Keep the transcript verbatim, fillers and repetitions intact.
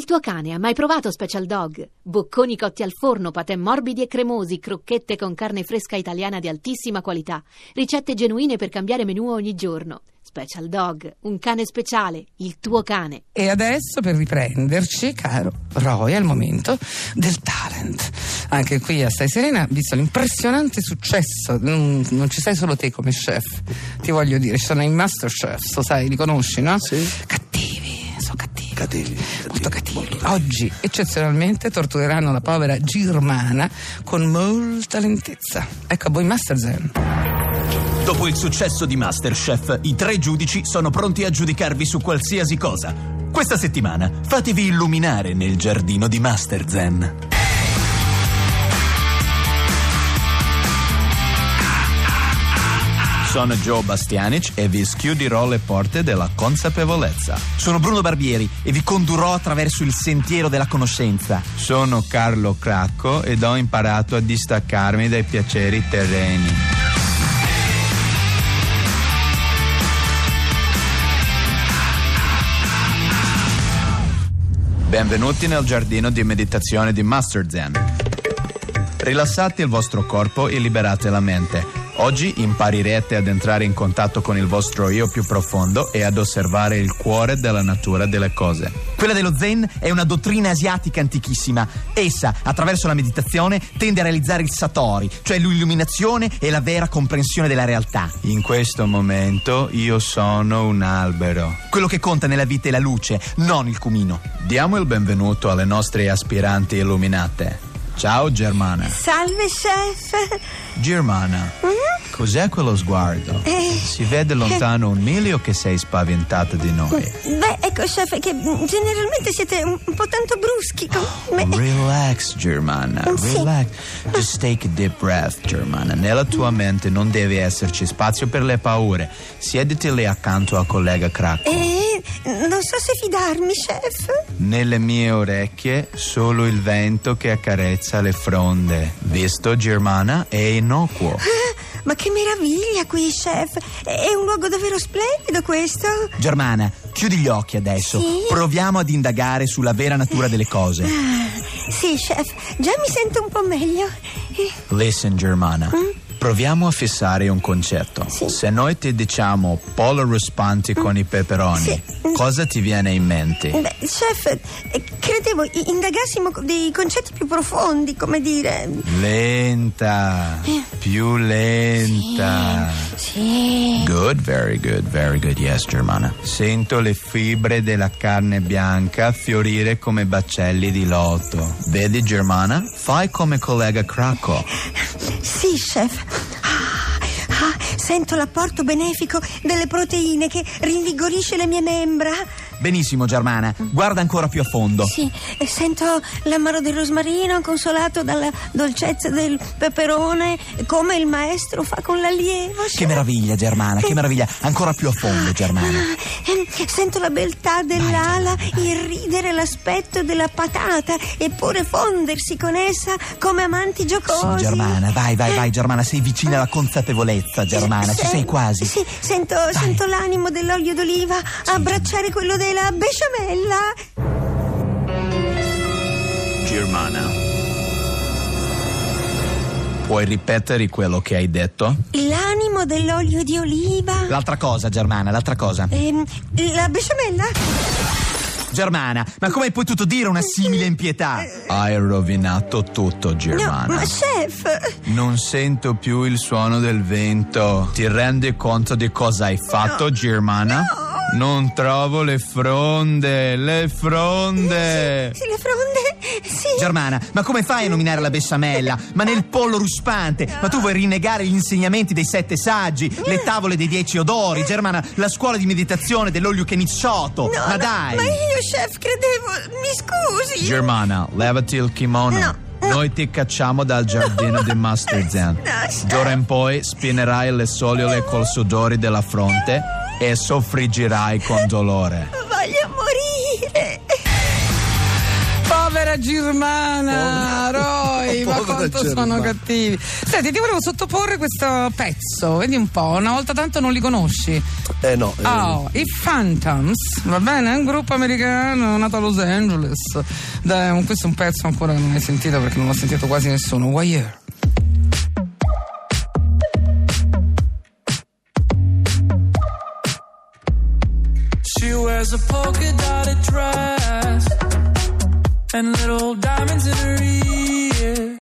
tuo cane ha mai provato Special Dog? Bocconi cotti al forno, patè morbidi e cremosi, crocchette con carne fresca italiana di altissima qualità, ricette genuine per cambiare menù ogni giorno. Special Dog, un cane speciale, il tuo cane. E adesso, per riprenderci, caro Roy, è il momento del talent. Anche qui a Stai Serena, visto l'impressionante successo, non, non ci sei solo te come chef, ti voglio dire, ci sono i Masterchef, lo sai, li conosci, no? Sì. Cattivi, sono cattivi. Cattivi, molto cattivi. Molto Oggi eccezionalmente tortureranno la povera Germana con molta lentezza. Ecco a voi Master Zen. Dopo il successo di Masterchef, i tre giudici sono pronti a giudicarvi su qualsiasi cosa. Questa settimana fatevi illuminare nel giardino di Master Zen. Sono Joe Bastianic e vi schiudirò le porte della consapevolezza. Sono Bruno Barbieri e vi condurrò attraverso il sentiero della conoscenza. Sono Carlo Cracco ed ho imparato a distaccarmi dai piaceri terreni. Benvenuti nel giardino di meditazione di Master Zen. Rilassate il vostro corpo e liberate la mente. Oggi imparirete ad entrare in contatto con il vostro io più profondo e ad osservare il cuore della natura delle cose. Quella dello Zen è una dottrina asiatica antichissima. Essa, attraverso la meditazione, tende a realizzare il Satori, cioè l'illuminazione e la vera comprensione della realtà. In questo momento io sono un albero. Quello che conta nella vita è la luce, non il cumino. Diamo il benvenuto alle nostre aspiranti illuminate. Ciao Germana. Salve chef. Germana, mm? Cos'è quello sguardo? Eh, si vede lontano un miglio che sei spaventata di noi. Beh, ecco chef, che generalmente siete un, un po' tanto bruschi con me. Relax Germana, sì. Relax. Just take a deep breath Germana. Nella tua mente non deve esserci spazio per le paure. Siediti lì accanto al collega Cracco. Eh, non so se fidarmi chef. Nelle mie orecchie solo il vento che accarezza le fronde. Visto Germana? È innocuo. Ah, ma che meraviglia qui chef. È un luogo davvero splendido questo. Germana, chiudi gli occhi adesso. Sì? Proviamo ad indagare sulla vera natura delle cose. Ah, sì chef, già mi sento un po' meglio. Listen Germana, mm? Proviamo a fissare un concetto. Sì. Se noi ti diciamo pollo ruspanti mm. con i peperoni, sì. cosa ti viene in mente? Beh, chef, credevo indagassimo dei concetti più profondi, come dire. Lenta, eh. più lenta. Sì. sì. Good, very good, very good, yes, Germana. Sento le fibre della carne bianca fiorire come baccelli di loto. Vedi, Germana? Fai come collega Cracco. Sì, chef. Ah, ah, sento l'apporto benefico delle proteine che rinvigorisce le mie membra. Benissimo, Germana. Guarda ancora più a fondo. Sì, e sento l'amaro del rosmarino consolato dalla dolcezza del peperone, come il maestro fa con l'allievo. Che meraviglia, Germana, che meraviglia. Ancora più a fondo, Germana. Ah, sento la beltà dell'ala irridere l'aspetto della patata, eppure fondersi con essa come amanti giocosi. Sì, Germana, vai, vai, vai, Germana. Sei vicina alla consapevolezza, Germana. Ci sei quasi. Sì, sento, sento l'animo dell'olio d'oliva sì. abbracciare quello del la besciamella. Germana, puoi ripetere quello che hai detto? L'animo dell'olio di oliva. L'altra cosa, Germana, l'altra cosa. Ehm, la besciamella. Germana, ma come hai potuto dire una simile impietà? Hai rovinato tutto, Germana. No, ma chef. Non sento più il suono del vento. Ti rendi conto di cosa hai fatto, no. Germana? No. Non trovo le fronde, le fronde. Sì, sì, le fronde, sì. Germana, ma come fai a nominare la besciamella? Ma nel pollo ruspante? Ma tu vuoi rinnegare gli insegnamenti dei sette saggi, le tavole dei dieci odori, Germana, la scuola di meditazione dell'olio kenicciotto? No, ma no, dai. Ma io, chef, credevo, mi scusi. Germana, levati il kimono. No. No. Noi ti cacciamo dal giardino di Master Zen. D'ora in poi spinnerai le soliole col sudore della fronte e soffriggerai con dolore. Voglio morire. Povera Germana, Roy, ma Povera quanto Germana. sono cattivi. Senti, ti volevo sottoporre questo pezzo, vedi un po', una volta tanto non li conosci. Eh no. eh, Oh, i Phantoms, va bene? È un gruppo americano nato a Los Angeles. Dai, questo è un pezzo ancora che non hai sentito perché non l'ha sentito quasi nessuno. Wire. She wears a polka dotted dress and little diamonds in her ears.